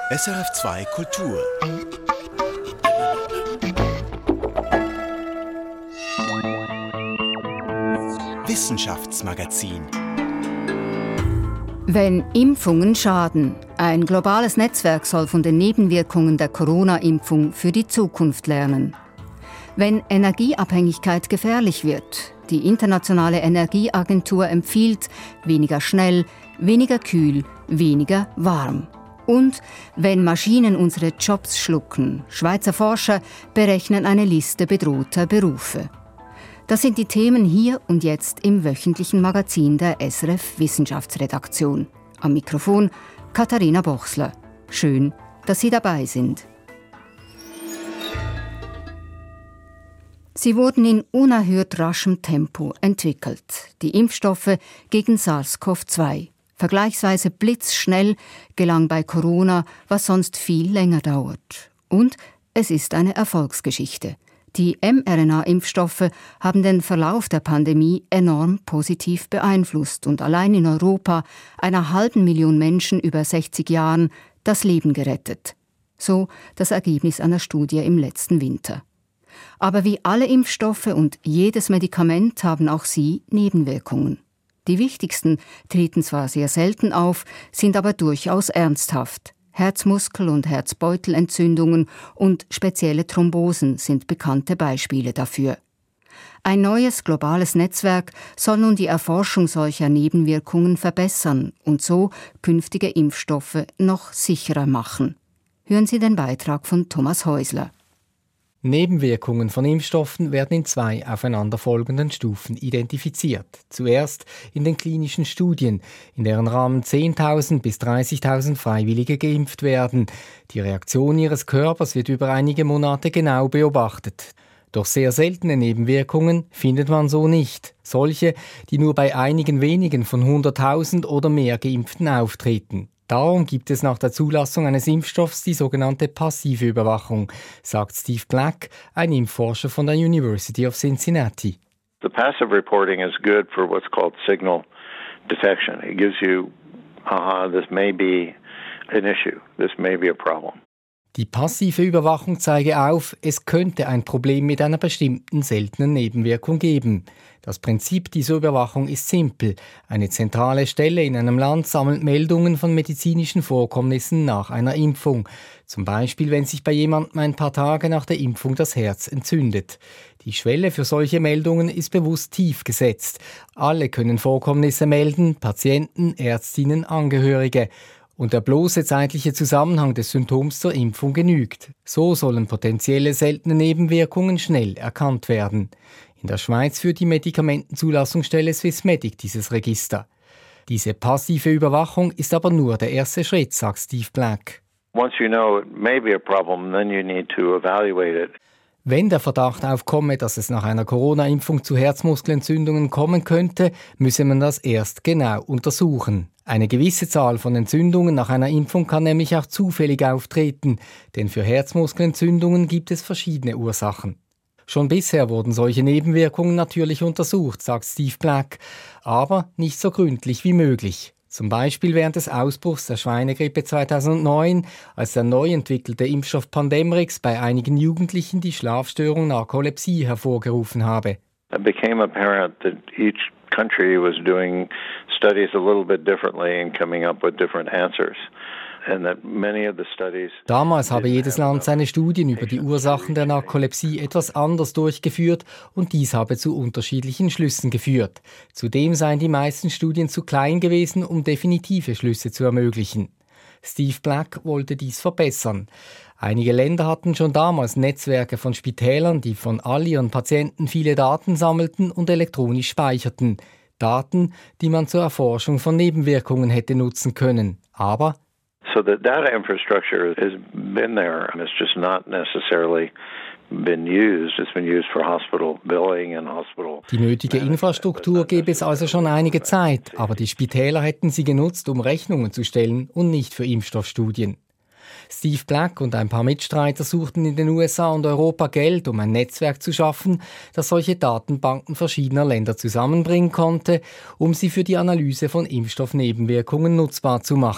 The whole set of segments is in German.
SRF2 Kultur. Wissenschaftsmagazin. Wenn Impfungen schaden. Ein globales Netzwerk soll von den Nebenwirkungen der Corona-Impfung für die Zukunft lernen. Wenn Energieabhängigkeit gefährlich wird. Die Internationale Energieagentur empfiehlt weniger schnell, weniger kühl, weniger warm. Und wenn Maschinen unsere Jobs schlucken. Schweizer Forscher berechnen eine Liste bedrohter Berufe. Das sind die Themen hier und jetzt im wöchentlichen Magazin der SRF Wissenschaftsredaktion. Am Mikrofon Katharina Bochsler. Schön, dass Sie dabei sind. Sie wurden in unerhört raschem Tempo entwickelt. Die Impfstoffe gegen SARS-CoV-2. Vergleichsweise blitzschnell gelang bei Corona, was sonst viel länger dauert. Und es ist eine Erfolgsgeschichte. Die mRNA-Impfstoffe haben den Verlauf der Pandemie enorm positiv beeinflusst und allein in Europa 500.000 Menschen über 60 Jahren das Leben gerettet. So das Ergebnis einer Studie im letzten Winter. Aber wie alle Impfstoffe und jedes Medikament haben auch sie Nebenwirkungen. Die wichtigsten treten zwar sehr selten auf, sind aber durchaus ernsthaft. Herzmuskel- und Herzbeutelentzündungen und spezielle Thrombosen sind bekannte Beispiele dafür. Ein neues globales Netzwerk soll nun die Erforschung solcher Nebenwirkungen verbessern und so künftige Impfstoffe noch sicherer machen. Hören Sie den Beitrag von Thomas Häusler. Nebenwirkungen von Impfstoffen werden in 2 aufeinanderfolgenden Stufen identifiziert. Zuerst in den klinischen Studien, in deren Rahmen 10.000 bis 30.000 Freiwillige geimpft werden. Die Reaktion ihres Körpers wird über einige Monate genau beobachtet. Doch sehr seltene Nebenwirkungen findet man so nicht. Solche, die nur bei einigen wenigen von 100.000 oder mehr Geimpften auftreten. Darum gibt es nach der Zulassung eines Impfstoffs die sogenannte passive Überwachung, sagt Steve Black, ein Impfforscher von der University of Cincinnati. The passive reporting is good for what's called signal detection. It gives you, this may be an issue, this may be a problem. Die passive Überwachung zeige auf, es könnte ein Problem mit einer bestimmten seltenen Nebenwirkung geben. Das Prinzip dieser Überwachung ist simpel. Eine zentrale Stelle in einem Land sammelt Meldungen von medizinischen Vorkommnissen nach einer Impfung. Zum Beispiel, wenn sich bei jemandem ein paar Tage nach der Impfung das Herz entzündet. Die Schwelle für solche Meldungen ist bewusst tief gesetzt. Alle können Vorkommnisse melden, Patienten, Ärztinnen, Angehörige. Und der bloße zeitliche Zusammenhang des Symptoms zur Impfung genügt. So sollen potenzielle seltene Nebenwirkungen schnell erkannt werden. In der Schweiz führt die Medikamentenzulassungsstelle Swissmedic dieses Register. Diese passive Überwachung ist aber nur der erste Schritt, sagt Steve Black. Once you know it may be a problem, then you need to evaluate it. Wenn der Verdacht aufkomme, dass es nach einer Corona-Impfung zu Herzmuskelentzündungen kommen könnte, müsse man das erst genau untersuchen. Eine gewisse Zahl von Entzündungen nach einer Impfung kann nämlich auch zufällig auftreten, denn für Herzmuskelentzündungen gibt es verschiedene Ursachen. Schon bisher wurden solche Nebenwirkungen natürlich untersucht, sagt Steve Black, aber nicht so gründlich wie möglich. Zum Beispiel während des Ausbruchs der Schweinegrippe 2009, als der neu entwickelte Impfstoff Pandemrix bei einigen Jugendlichen die Schlafstörung Narkolepsie hervorgerufen habe. It became apparent that each country was doing studies a little bit differently and coming up with different answers. Damals habe jedes Land seine Studien über die Ursachen der Narkolepsie etwas anders durchgeführt und dies habe zu unterschiedlichen Schlüssen geführt. Zudem seien die meisten Studien zu klein gewesen, um definitive Schlüsse zu ermöglichen. Steve Black wollte dies verbessern. Einige Länder hatten schon damals Netzwerke von Spitälern, die von all ihren Patienten viele Daten sammelten und elektronisch speicherten. Daten, die man zur Erforschung von Nebenwirkungen hätte nutzen können. Aber so the data infrastructure has been there, and it's just not necessarily been used. It's been used for hospital billing and hospital. Die nötige Infrastruktur gäbe es also schon einige Zeit, aber die Spitäler hätten sie genutzt, um Rechnungen zu stellen und nicht für Impfstoffstudien. Steve Black und ein paar Mitstreiter suchten in den USA und Europa Geld, um ein Netzwerk zu schaffen, das solche Datenbanken verschiedener Länder zusammenbringen konnte, um sie für die Analyse von Impfstoffnebenwirkungen nutzbar zu machen.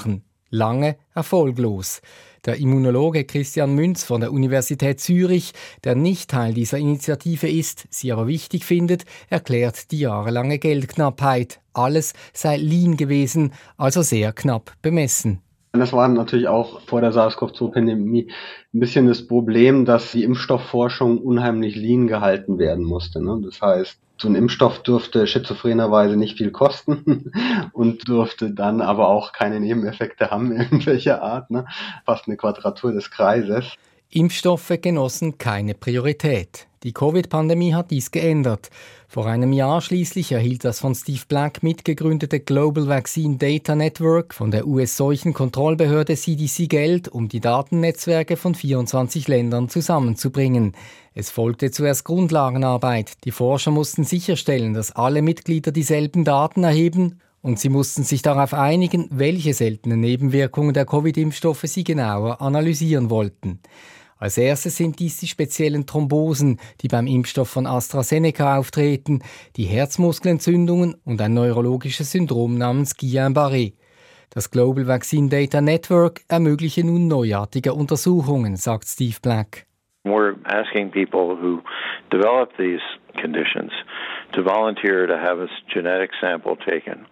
Lange erfolglos. Der Immunologe Christian Münz von der Universität Zürich, der nicht Teil dieser Initiative ist, sie aber wichtig findet, erklärt die jahrelange Geldknappheit. Alles sei lean gewesen, also sehr knapp bemessen. Das war natürlich auch vor der SARS-CoV-2-Pandemie ein bisschen das Problem, dass die Impfstoffforschung unheimlich lean gehalten werden musste. Das heißt, so ein Impfstoff dürfte schizophrenerweise nicht viel kosten und dürfte dann aber auch keine Nebeneffekte haben, irgendwelcher Art. Fast eine Quadratur des Kreises. Impfstoffe genossen keine Priorität. Die Covid-Pandemie hat dies geändert. Vor einem Jahr schließlich erhielt das von Steve Black mitgegründete Global Vaccine Data Network von der US-Seuchenkontrollbehörde CDC Geld, um die Datennetzwerke von 24 Ländern zusammenzubringen. Es folgte zuerst Grundlagenarbeit. Die Forscher mussten sicherstellen, dass alle Mitglieder dieselben Daten erheben, und sie mussten sich darauf einigen, welche seltenen Nebenwirkungen der Covid-Impfstoffe sie genauer analysieren wollten. Als erstes sind dies die speziellen Thrombosen, die beim Impfstoff von AstraZeneca auftreten, die Herzmuskelentzündungen und ein neurologisches Syndrom namens Guillain-Barré. Das Global Vaccine Data Network ermögliche nun neuartige Untersuchungen, sagt Steve Black. We're asking people who develop these conditions to volunteer to have a genetic sample taken.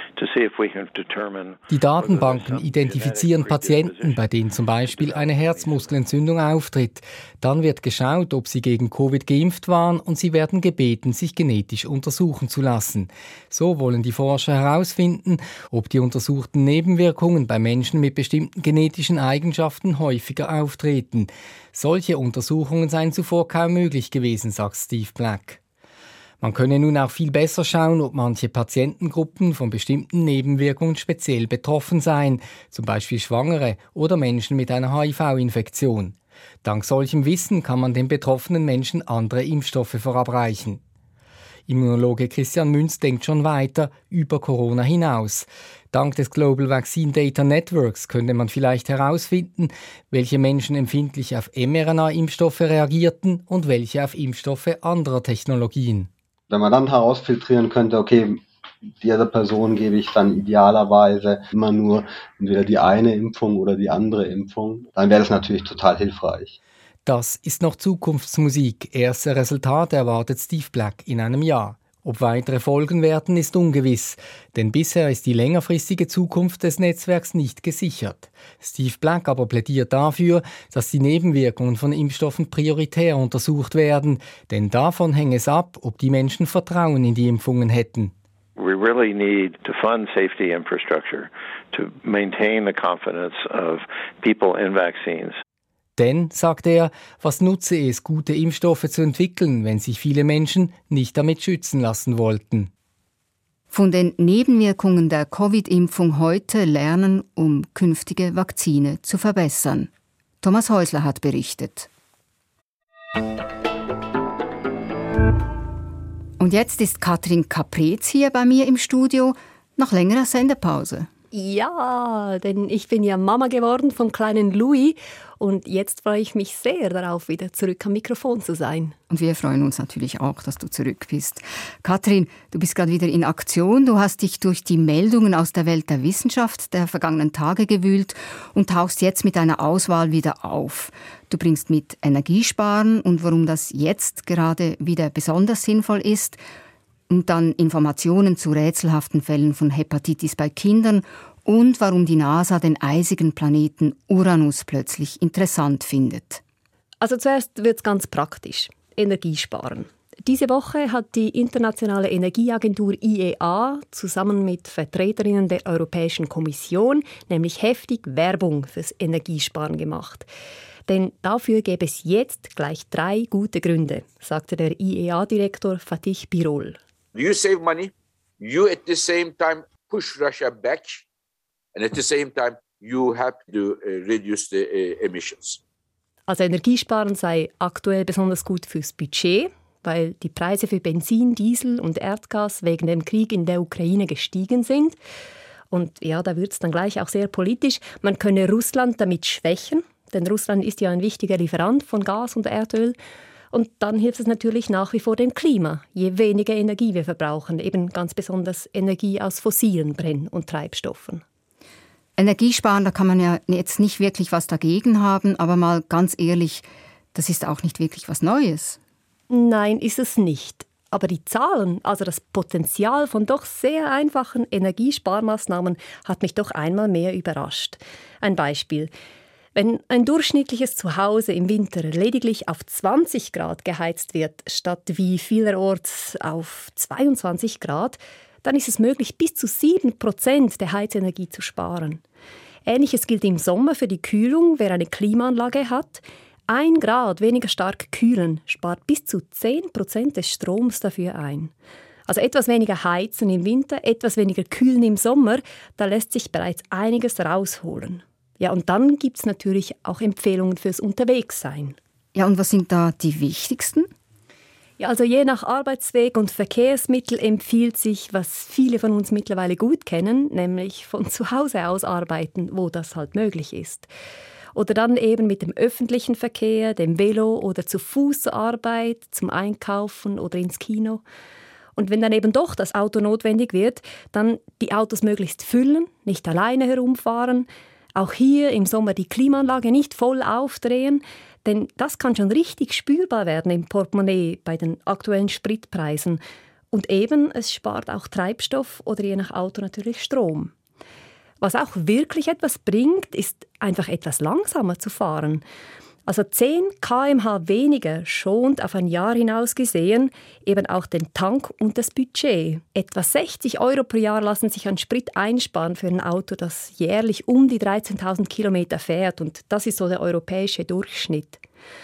Die Datenbanken identifizieren Patienten, bei denen zum Beispiel eine Herzmuskelentzündung auftritt. Dann wird geschaut, ob sie gegen Covid geimpft waren, und sie werden gebeten, sich genetisch untersuchen zu lassen. So wollen die Forscher herausfinden, ob die untersuchten Nebenwirkungen bei Menschen mit bestimmten genetischen Eigenschaften häufiger auftreten. Solche Untersuchungen seien zuvor kaum möglich gewesen, sagt Steve Black. Man könne nun auch viel besser schauen, ob manche Patientengruppen von bestimmten Nebenwirkungen speziell betroffen seien, zum Beispiel Schwangere oder Menschen mit einer HIV-Infektion. Dank solchem Wissen kann man den betroffenen Menschen andere Impfstoffe verabreichen. Immunologe Christian Münz denkt schon weiter, über Corona hinaus. Dank des Global Vaccine Data Networks könnte man vielleicht herausfinden, welche Menschen empfindlich auf mRNA-Impfstoffe reagierten und welche auf Impfstoffe anderer Technologien. Wenn man dann herausfiltrieren könnte, okay, dieser Person gebe ich dann idealerweise immer nur entweder die eine Impfung oder die andere Impfung, dann wäre das natürlich total hilfreich. Das ist noch Zukunftsmusik. Erste Resultate erwartet Steve Black in einem Jahr. Ob weitere folgen werden, ist ungewiss, denn bisher ist die längerfristige Zukunft des Netzwerks nicht gesichert. Steve Black aber plädiert dafür, dass die Nebenwirkungen von Impfstoffen prioritär untersucht werden, denn davon hänge es ab, ob die Menschen Vertrauen in die Impfungen hätten. We really need to fund safety infrastructure to maintain the confidence of people in vaccines. Denn, sagt er, was nutze es, gute Impfstoffe zu entwickeln, wenn sich viele Menschen nicht damit schützen lassen wollten? Von den Nebenwirkungen der Covid-Impfung heute lernen, um künftige Vakzine zu verbessern. Thomas Häusler hat berichtet. Und jetzt ist Katrin Caprez hier bei mir im Studio, nach längerer Sendepause. Ja, denn ich bin ja Mama geworden vom kleinen Louis und jetzt freue ich mich sehr darauf, wieder zurück am Mikrofon zu sein. Und wir freuen uns natürlich auch, dass du zurück bist. Katrin, du bist gerade wieder in Aktion. Du hast dich durch die Meldungen aus der Welt der Wissenschaft der vergangenen Tage gewühlt und tauchst jetzt mit einer Auswahl wieder auf. Du bringst mit Energiesparen und warum das jetzt gerade wieder besonders sinnvoll ist. Und dann Informationen zu rätselhaften Fällen von Hepatitis bei Kindern und warum die NASA den eisigen Planeten Uranus plötzlich interessant findet. Also zuerst wird es ganz praktisch. Energiesparen. Diese Woche hat die Internationale Energieagentur IEA zusammen mit Vertreterinnen der Europäischen Kommission nämlich heftig Werbung fürs Energiesparen gemacht. Denn dafür gäbe es jetzt gleich 3 gute Gründe, sagte der IEA-Direktor Fatih Birol. You save money, you at the same time push Russia back, and at the same time you have to reduce the emissions. Also Energiesparen sei aktuell besonders gut fürs Budget, weil die Preise für Benzin, Diesel und Erdgas wegen dem Krieg in der Ukraine gestiegen sind. Und ja, da wird es dann gleich auch sehr politisch. Man könne Russland damit schwächen, denn Russland ist ja ein wichtiger Lieferant von Gas und Erdöl. Und dann hilft es natürlich nach wie vor dem Klima. Je weniger Energie wir verbrauchen, eben ganz besonders Energie aus fossilen Brenn- und Treibstoffen. Energiesparen, da kann man ja jetzt nicht wirklich was dagegen haben, aber mal ganz ehrlich, das ist auch nicht wirklich was Neues. Nein, ist es nicht. Aber die Zahlen, also das Potenzial von doch sehr einfachen Energiesparmaßnahmen, hat mich doch einmal mehr überrascht. Ein Beispiel. Wenn ein durchschnittliches Zuhause im Winter lediglich auf 20 Grad geheizt wird, statt wie vielerorts auf 22 Grad, dann ist es möglich, bis zu 7% der Heizenergie zu sparen. Ähnliches gilt im Sommer für die Kühlung, wer eine Klimaanlage hat. 1 Grad weniger stark kühlen spart bis zu 10% des Stroms dafür ein. Also etwas weniger heizen im Winter, etwas weniger kühlen im Sommer, da lässt sich bereits einiges rausholen. Ja, und dann gibt es natürlich auch Empfehlungen fürs Unterwegssein. Ja, und was sind da die wichtigsten? Ja, also je nach Arbeitsweg und Verkehrsmittel empfiehlt sich, was viele von uns mittlerweile gut kennen, nämlich von zu Hause aus arbeiten, wo das halt möglich ist. Oder dann eben mit dem öffentlichen Verkehr, dem Velo oder zu Fuß zur Arbeit, zum Einkaufen oder ins Kino. Und wenn dann eben doch das Auto notwendig wird, dann die Autos möglichst füllen, nicht alleine herumfahren. Auch hier im Sommer die Klimaanlage nicht voll aufdrehen, denn das kann schon richtig spürbar werden im Portemonnaie bei den aktuellen Spritpreisen. Und eben, es spart auch Treibstoff oder je nach Auto natürlich Strom. Was auch wirklich etwas bringt, ist einfach etwas langsamer zu fahren. Also 10 km/h weniger schont auf ein Jahr hinaus gesehen eben auch den Tank und das Budget. Etwa 60 € pro Jahr lassen sich an Sprit einsparen für ein Auto, das jährlich um die 13.000 Kilometer fährt. Und das ist so der europäische Durchschnitt.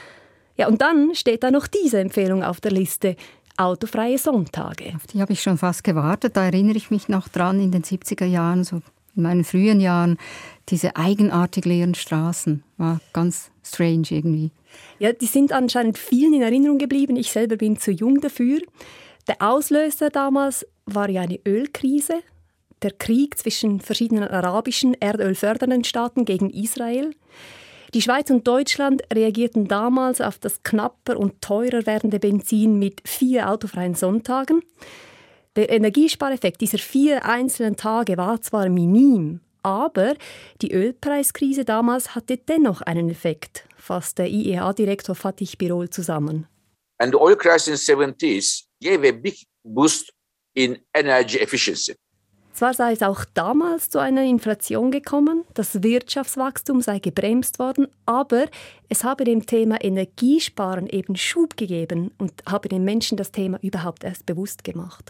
Ja, und dann steht da noch diese Empfehlung auf der Liste: autofreie Sonntage. Auf die habe ich schon fast gewartet. Da erinnere ich mich noch dran in den 70er Jahren, so in meinen frühen Jahren, diese eigenartig leeren Straßen. War ganz strange irgendwie. Ja, die sind anscheinend vielen in Erinnerung geblieben. Ich selber bin zu jung dafür. Der Auslöser damals war ja eine Ölkrise. Der Krieg zwischen verschiedenen arabischen erdölfördernden Staaten gegen Israel. Die Schweiz und Deutschland reagierten damals auf das knapper und teurer werdende Benzin mit 4 autofreien Sonntagen. Der Energiespareffekt dieser 4 einzelnen Tage war zwar minim, aber die Ölpreiskrise damals hatte dennoch einen Effekt, fasst der IEA-Direktor Fatih Birol zusammen. And the oil crisis in the 70s gave a big boost in energy efficiency. Zwar sei es auch damals zu einer Inflation gekommen, das Wirtschaftswachstum sei gebremst worden, aber es habe dem Thema Energiesparen eben Schub gegeben und habe den Menschen das Thema überhaupt erst bewusst gemacht.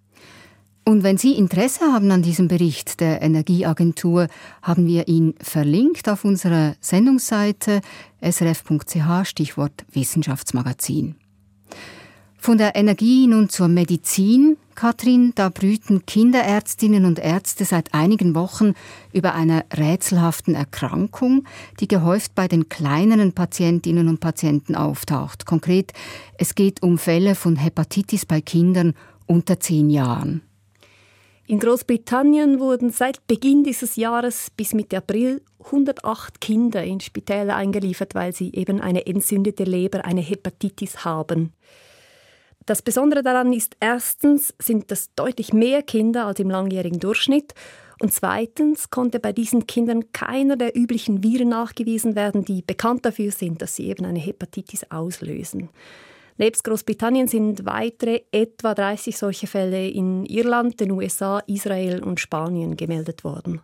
Und wenn Sie Interesse haben an diesem Bericht der Energieagentur, haben wir ihn verlinkt auf unserer Sendungsseite srf.ch, Stichwort Wissenschaftsmagazin. Von der Energie nun zur Medizin. Katrin, da brüten Kinderärztinnen und Ärzte seit einigen Wochen über einer rätselhaften Erkrankung, die gehäuft bei den kleineren Patientinnen und Patienten auftaucht. Konkret, es geht um Fälle von Hepatitis bei Kindern unter 10 Jahren. In Großbritannien wurden seit Beginn dieses Jahres bis Mitte April 108 Kinder in Spitäler eingeliefert, weil sie eben eine entzündete Leber, eine Hepatitis haben. Das Besondere daran ist, erstens sind das deutlich mehr Kinder als im langjährigen Durchschnitt und zweitens konnte bei diesen Kindern keiner der üblichen Viren nachgewiesen werden, die bekannt dafür sind, dass sie eben eine Hepatitis auslösen. Nebst Großbritannien sind weitere etwa 30 solche Fälle in Irland, den USA, Israel und Spanien gemeldet worden.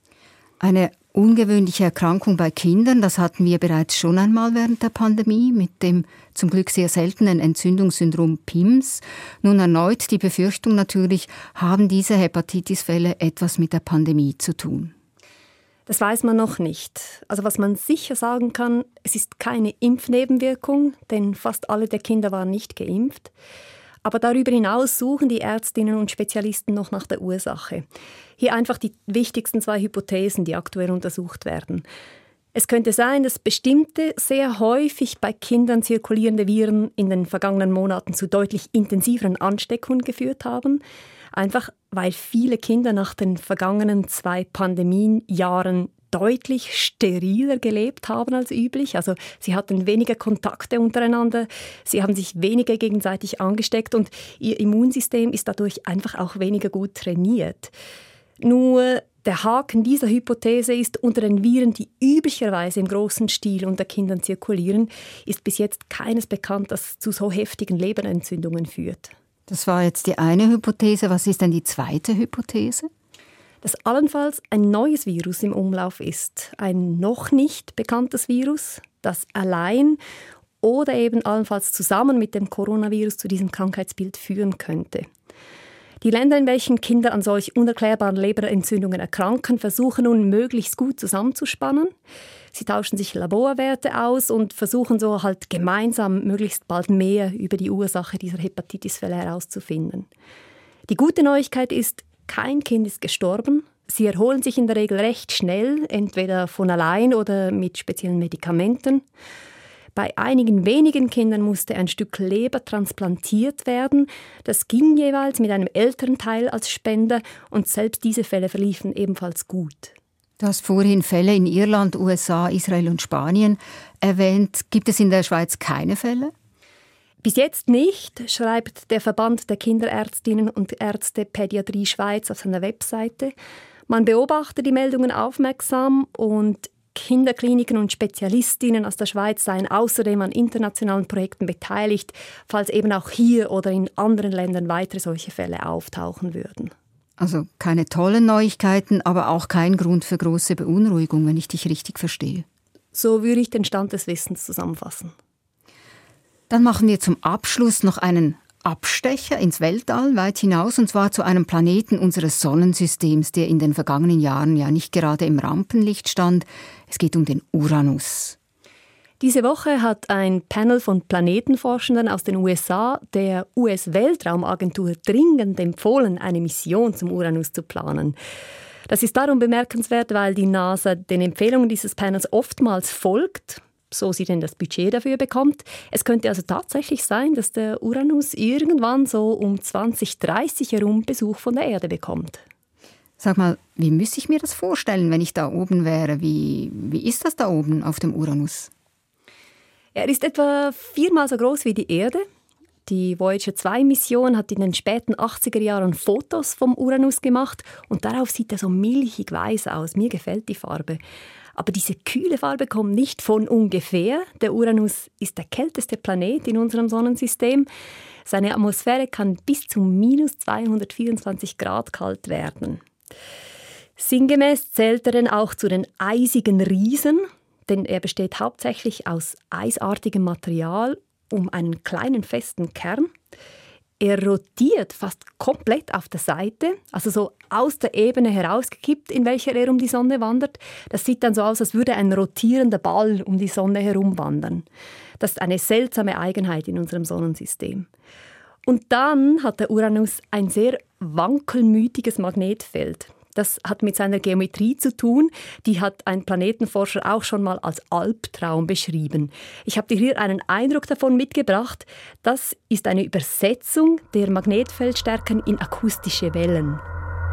Eine ungewöhnliche Erkrankung bei Kindern, das hatten wir bereits schon einmal während der Pandemie mit dem zum Glück sehr seltenen Entzündungssyndrom PIMS. Nun erneut die Befürchtung natürlich, haben diese Hepatitis-Fälle etwas mit der Pandemie zu tun? Das weiß man noch nicht. Also was man sicher sagen kann, es ist keine Impfnebenwirkung, denn fast alle der Kinder waren nicht geimpft. Aber darüber hinaus suchen die Ärztinnen und Spezialisten noch nach der Ursache. Hier einfach die wichtigsten 2 Hypothesen, die aktuell untersucht werden. Es könnte sein, dass bestimmte, sehr häufig bei Kindern zirkulierende Viren in den vergangenen Monaten zu deutlich intensiveren Ansteckungen geführt haben. Einfach weil viele Kinder nach den vergangenen 2 Pandemienjahren deutlich steriler gelebt haben als üblich. Also sie hatten weniger Kontakte untereinander, sie haben sich weniger gegenseitig angesteckt und ihr Immunsystem ist dadurch einfach auch weniger gut trainiert. Nur Der Haken dieser Hypothese ist, unter den Viren, die üblicherweise im großen Stil unter Kindern zirkulieren, ist bis jetzt keines bekannt, das zu so heftigen Leberentzündungen führt. Das war jetzt die eine Hypothese. Was ist denn die zweite Hypothese? Dass allenfalls ein neues Virus im Umlauf ist. Ein noch nicht bekanntes Virus, das allein oder eben allenfalls zusammen mit dem Coronavirus zu diesem Krankheitsbild führen könnte. Die Länder, in welchen Kinder an solch unerklärbaren Leberentzündungen erkranken, versuchen nun möglichst gut zusammenzuspannen. Sie tauschen sich Laborwerte aus und versuchen so halt gemeinsam möglichst bald mehr über die Ursache dieser Hepatitisfälle herauszufinden. Die gute Neuigkeit ist, kein Kind ist gestorben. Sie erholen sich in der Regel recht schnell, entweder von allein oder mit speziellen Medikamenten. Bei einigen wenigen Kindern musste ein Stück Leber transplantiert werden. Das ging jeweils mit einem älteren Teil als Spender und selbst diese Fälle verliefen ebenfalls gut. Du hast vorhin Fälle in Irland, USA, Israel und Spanien erwähnt. Gibt es in der Schweiz keine Fälle? Bis jetzt nicht, schreibt der Verband der Kinderärztinnen und Ärzte Pädiatrie Schweiz auf seiner Webseite. Man beobachte die Meldungen aufmerksam und Kinderkliniken und Spezialistinnen aus der Schweiz seien außerdem an internationalen Projekten beteiligt, falls eben auch hier oder in anderen Ländern weitere solche Fälle auftauchen würden. Also keine tollen Neuigkeiten, aber auch kein Grund für große Beunruhigung, wenn ich dich richtig verstehe. So würde ich den Stand des Wissens zusammenfassen. Dann machen wir zum Abschluss noch einen Abstecher ins Weltall weit hinaus, und zwar zu einem Planeten unseres Sonnensystems, der in den vergangenen Jahren ja nicht gerade im Rampenlicht stand. Es geht um den Uranus. Diese Woche hat ein Panel von Planetenforschenden aus den USA der US-Weltraumagentur dringend empfohlen, eine Mission zum Uranus zu planen. Das ist darum bemerkenswert, weil die NASA den Empfehlungen dieses Panels oftmals folgt, so sie denn das Budget dafür bekommt. Es könnte also tatsächlich sein, dass der Uranus irgendwann so um 2030 herum Besuch von der Erde bekommt. Sag mal, wie müsste ich mir das vorstellen, wenn ich da oben wäre? Wie ist das da oben auf dem Uranus? Er ist etwa 4-mal so groß wie die Erde. Die Voyager 2-Mission hat in den späten 80er Jahren Fotos vom Uranus gemacht und darauf sieht er so milchig weiß aus. Mir gefällt die Farbe. Aber diese kühle Farbe kommt nicht von ungefähr. Der Uranus ist der kälteste Planet in unserem Sonnensystem. Seine Atmosphäre kann bis zu minus 224 Grad kalt werden. Sinngemäß zählt er dann auch zu den eisigen Riesen, denn er besteht hauptsächlich aus eisartigem Material um einen kleinen festen Kern. Er rotiert fast komplett auf der Seite, also so aus der Ebene herausgekippt, in welcher er um die Sonne wandert. Das sieht dann so aus, als würde ein rotierender Ball um die Sonne herumwandern. Das ist eine seltsame Eigenheit in unserem Sonnensystem. Und dann hat der Uranus ein sehr wankelmütiges Magnetfeld. Das hat mit seiner Geometrie zu tun. Die hat ein Planetenforscher auch schon mal als Albtraum beschrieben. Ich habe dir hier einen Eindruck davon mitgebracht. Das ist eine Übersetzung der Magnetfeldstärken in akustische Wellen.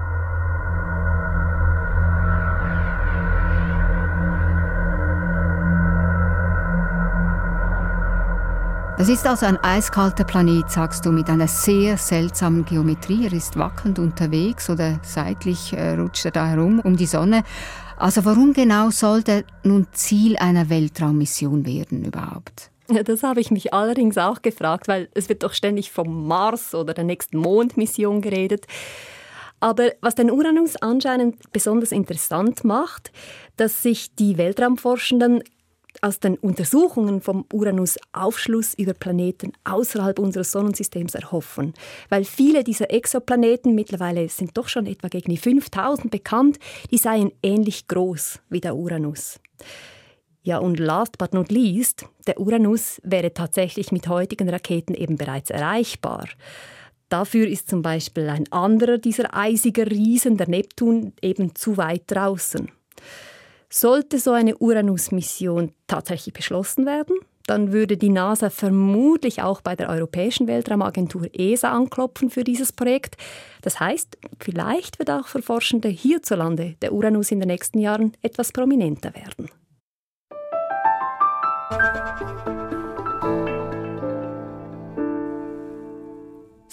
Das ist also ein eiskalter Planet, sagst du, mit einer sehr seltsamen Geometrie. Er ist wackelnd unterwegs oder seitlich rutscht er da herum um die Sonne. Also warum genau soll der nun Ziel einer Weltraummission werden überhaupt? Ja, das habe ich mich allerdings auch gefragt, weil es wird doch ständig vom Mars oder der nächsten Mondmission geredet. Aber was den Uranus anscheinend besonders interessant macht, dass sich die Weltraumforschenden aus den Untersuchungen vom Uranus Aufschluss über Planeten außerhalb unseres Sonnensystems erhoffen. Weil viele dieser Exoplaneten, mittlerweile sind doch schon etwa gegen die 5000 bekannt, die seien ähnlich groß wie der Uranus. Ja, und last but not least, der Uranus wäre tatsächlich mit heutigen Raketen eben bereits erreichbar. Dafür ist zum Beispiel ein anderer dieser eisigen Riesen, der Neptun, eben zu weit draußen. Sollte so eine Uranus-Mission tatsächlich beschlossen werden, dann würde die NASA vermutlich auch bei der Europäischen Weltraumagentur ESA anklopfen für dieses Projekt. Das heißt, vielleicht wird auch für Forschende hierzulande der Uranus in den nächsten Jahren etwas prominenter werden.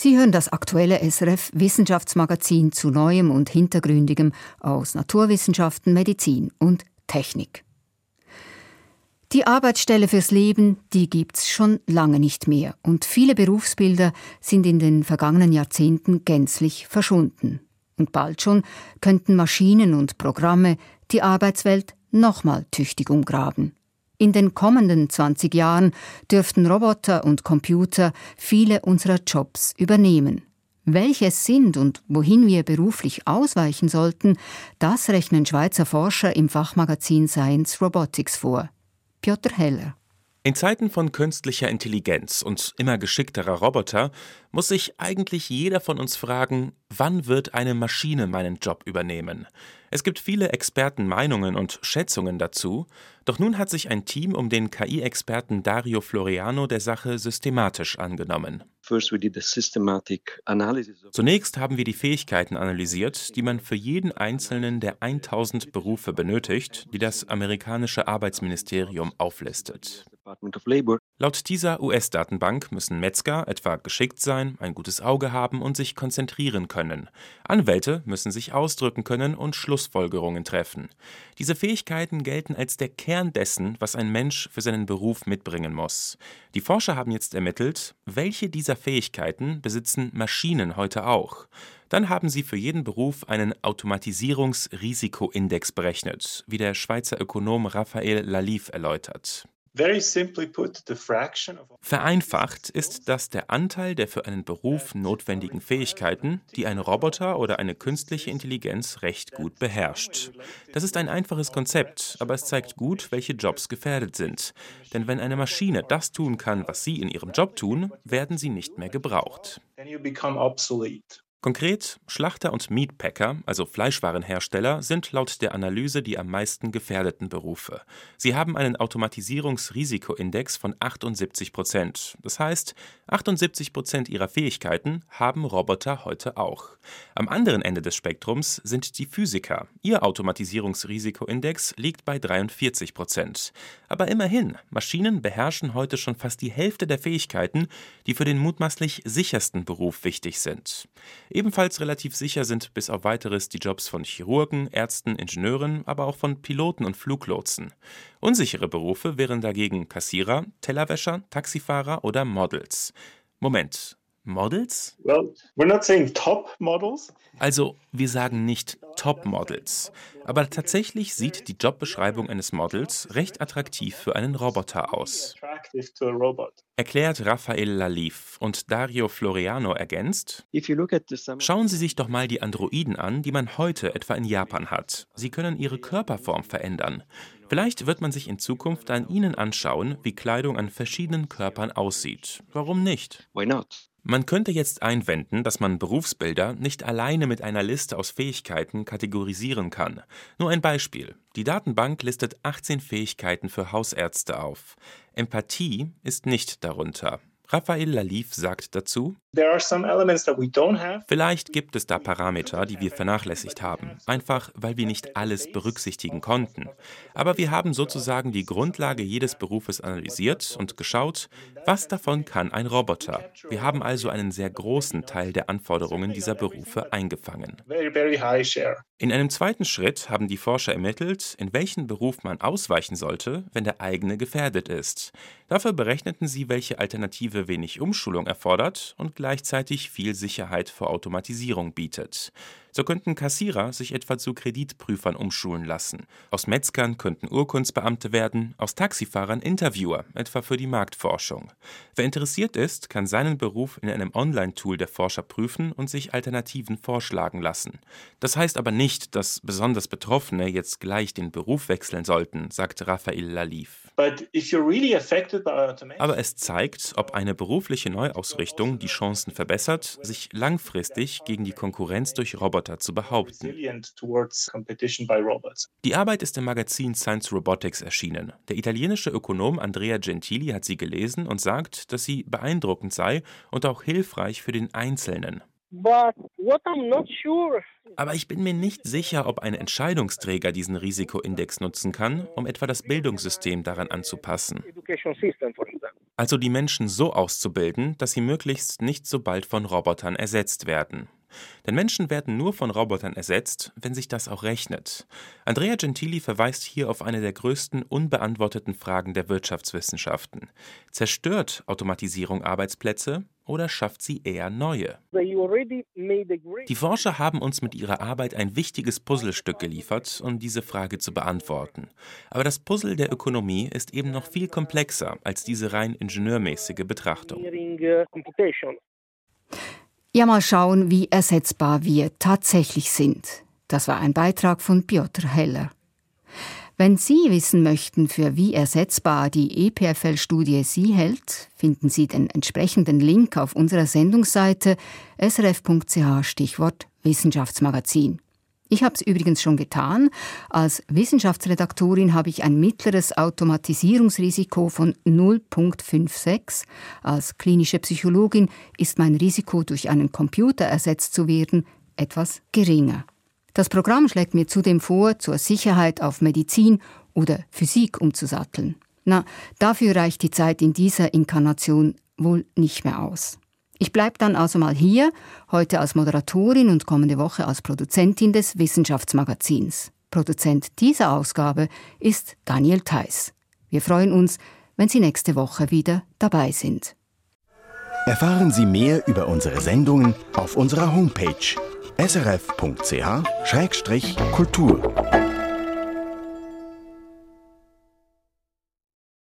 Sie hören das aktuelle SRF-Wissenschaftsmagazin zu Neuem und Hintergründigem aus Naturwissenschaften, Medizin und Technik. Die Arbeitsstelle fürs Leben, die gibt's schon lange nicht mehr. Und viele Berufsbilder sind in den vergangenen Jahrzehnten gänzlich verschwunden. Und bald schon könnten Maschinen und Programme die Arbeitswelt nochmal tüchtig umgraben. In den kommenden 20 Jahren dürften Roboter und Computer viele unserer Jobs übernehmen. Welche es sind und wohin wir beruflich ausweichen sollten, das rechnen Schweizer Forscher im Fachmagazin Science Robotics vor. Piotr Heller. In Zeiten von künstlicher Intelligenz und immer geschickterer Roboter muss sich eigentlich jeder von uns fragen, wann wird eine Maschine meinen Job übernehmen? Es gibt viele Expertenmeinungen und Schätzungen dazu, doch nun hat sich ein Team um den KI-Experten Dario Floriano der Sache systematisch angenommen. Zunächst haben wir die Fähigkeiten analysiert, die man für jeden einzelnen der 1000 Berufe benötigt, die das amerikanische Arbeitsministerium auflistet. Laut dieser US-Datenbank müssen Metzger etwa geschickt sein, ein gutes Auge haben und sich konzentrieren können. Anwälte müssen sich ausdrücken können und Schlussfolgerungen treffen. Diese Fähigkeiten gelten als der Kern dessen, was ein Mensch für seinen Beruf mitbringen muss. Die Forscher haben jetzt ermittelt, welche dieser Fähigkeiten besitzen Maschinen heute auch. Dann haben sie für jeden Beruf einen Automatisierungsrisikoindex berechnet, wie der Schweizer Ökonom Raphael Lalif erläutert. Vereinfacht ist das der Anteil der für einen Beruf notwendigen Fähigkeiten, die ein Roboter oder eine künstliche Intelligenz recht gut beherrscht. Das ist ein einfaches Konzept, aber es zeigt gut, welche Jobs gefährdet sind. Denn wenn eine Maschine das tun kann, was Sie in ihrem Job tun, werden sie nicht mehr gebraucht. Konkret, Schlachter und Meatpacker, also Fleischwarenhersteller, sind laut der Analyse die am meisten gefährdeten Berufe. Sie haben einen Automatisierungsrisikoindex von 78%. Das heißt, 78% ihrer Fähigkeiten haben Roboter heute auch. Am anderen Ende des Spektrums sind die Physiker. Ihr Automatisierungsrisikoindex liegt bei 43%. Aber immerhin, Maschinen beherrschen heute schon fast die Hälfte der Fähigkeiten, die für den mutmaßlich sichersten Beruf wichtig sind. Ebenfalls relativ sicher sind bis auf Weiteres die Jobs von Chirurgen, Ärzten, Ingenieuren, aber auch von Piloten und Fluglotsen. Unsichere Berufe wären dagegen Kassierer, Tellerwäscher, Taxifahrer oder Models. Moment, Models? Well, we're not saying top models. Also, wir sagen nicht Top-Models. Aber tatsächlich sieht die Jobbeschreibung eines Models recht attraktiv für einen Roboter aus. Erklärt Raphael Lalif und Dario Floriano ergänzt: Schauen Sie sich doch mal die Androiden an, die man heute etwa in Japan hat. Sie können ihre Körperform verändern. Vielleicht wird man sich in Zukunft an ihnen anschauen, wie Kleidung an verschiedenen Körpern aussieht. Warum nicht? Why not? Man könnte jetzt einwenden, dass man Berufsbilder nicht alleine mit einer Liste aus Fähigkeiten kategorisieren kann. Nur ein Beispiel. Die Datenbank listet 18 Fähigkeiten für Hausärzte auf. Empathie ist nicht darunter. Raphael Lalif sagt dazu: Vielleicht gibt es da Parameter, die wir vernachlässigt haben, einfach weil wir nicht alles berücksichtigen konnten. Aber wir haben sozusagen die Grundlage jedes Berufes analysiert und geschaut, was davon kann ein Roboter. Wir haben also einen sehr großen Teil der Anforderungen dieser Berufe eingefangen. In einem zweiten Schritt haben die Forscher ermittelt, in welchen Beruf man ausweichen sollte, wenn der eigene gefährdet ist. Dafür berechneten sie, welche Alternative wenig Umschulung erfordert und gleichzeitig viel Sicherheit vor Automatisierung bietet. So könnten Kassierer sich etwa zu Kreditprüfern umschulen lassen. Aus Metzgern könnten Urkundsbeamte werden, aus Taxifahrern Interviewer, etwa für die Marktforschung. Wer interessiert ist, kann seinen Beruf in einem Online-Tool der Forscher prüfen und sich Alternativen vorschlagen lassen. Das heißt aber nicht, dass besonders Betroffene jetzt gleich den Beruf wechseln sollten, sagt Raphael Lalif. Aber es zeigt, ob eine berufliche Neuausrichtung die Chancen verbessert, sich langfristig gegen die Konkurrenz durch Roboter zu behaupten. Die Arbeit ist im Magazin Science Robotics erschienen. Der italienische Ökonom Andrea Gentili hat sie gelesen und sagt, dass sie beeindruckend sei und auch hilfreich für den Einzelnen. Aber ich bin mir nicht sicher, ob ein Entscheidungsträger diesen Risikoindex nutzen kann, um etwa das Bildungssystem daran anzupassen. also die Menschen so auszubilden, dass sie möglichst nicht so bald von Robotern ersetzt werden. Denn Menschen werden nur von Robotern ersetzt, wenn sich das auch rechnet. Andrea Gentili verweist hier auf eine der größten unbeantworteten Fragen der Wirtschaftswissenschaften. Zerstört Automatisierung Arbeitsplätze oder schafft sie eher neue? Die Forscher haben uns mit ihrer Arbeit ein wichtiges Puzzlestück geliefert, um diese Frage zu beantworten. Aber das Puzzle der Ökonomie ist eben noch viel komplexer als diese rein ingenieurmäßige Betrachtung. Ja, mal schauen, wie ersetzbar wir tatsächlich sind. Das war ein Beitrag von Piotr Heller. Wenn Sie wissen möchten, für wie ersetzbar die EPFL-Studie Sie hält, finden Sie den entsprechenden Link auf unserer Sendungsseite srf.ch Stichwort Wissenschaftsmagazin. Ich habe es übrigens schon getan. Als Wissenschaftsredaktorin habe ich ein mittleres Automatisierungsrisiko von 0,56. Als klinische Psychologin ist mein Risiko, durch einen Computer ersetzt zu werden, etwas geringer. Das Programm schlägt mir zudem vor, zur Sicherheit auf Medizin oder Physik umzusatteln. Dafür reicht die Zeit in dieser Inkarnation wohl nicht mehr aus. Ich bleibe dann also mal hier, heute als Moderatorin und kommende Woche als Produzentin des Wissenschaftsmagazins. Produzent dieser Ausgabe ist Daniel Theiss. Wir freuen uns, wenn Sie nächste Woche wieder dabei sind. Erfahren Sie mehr über unsere Sendungen auf unserer Homepage srf.ch/kultur.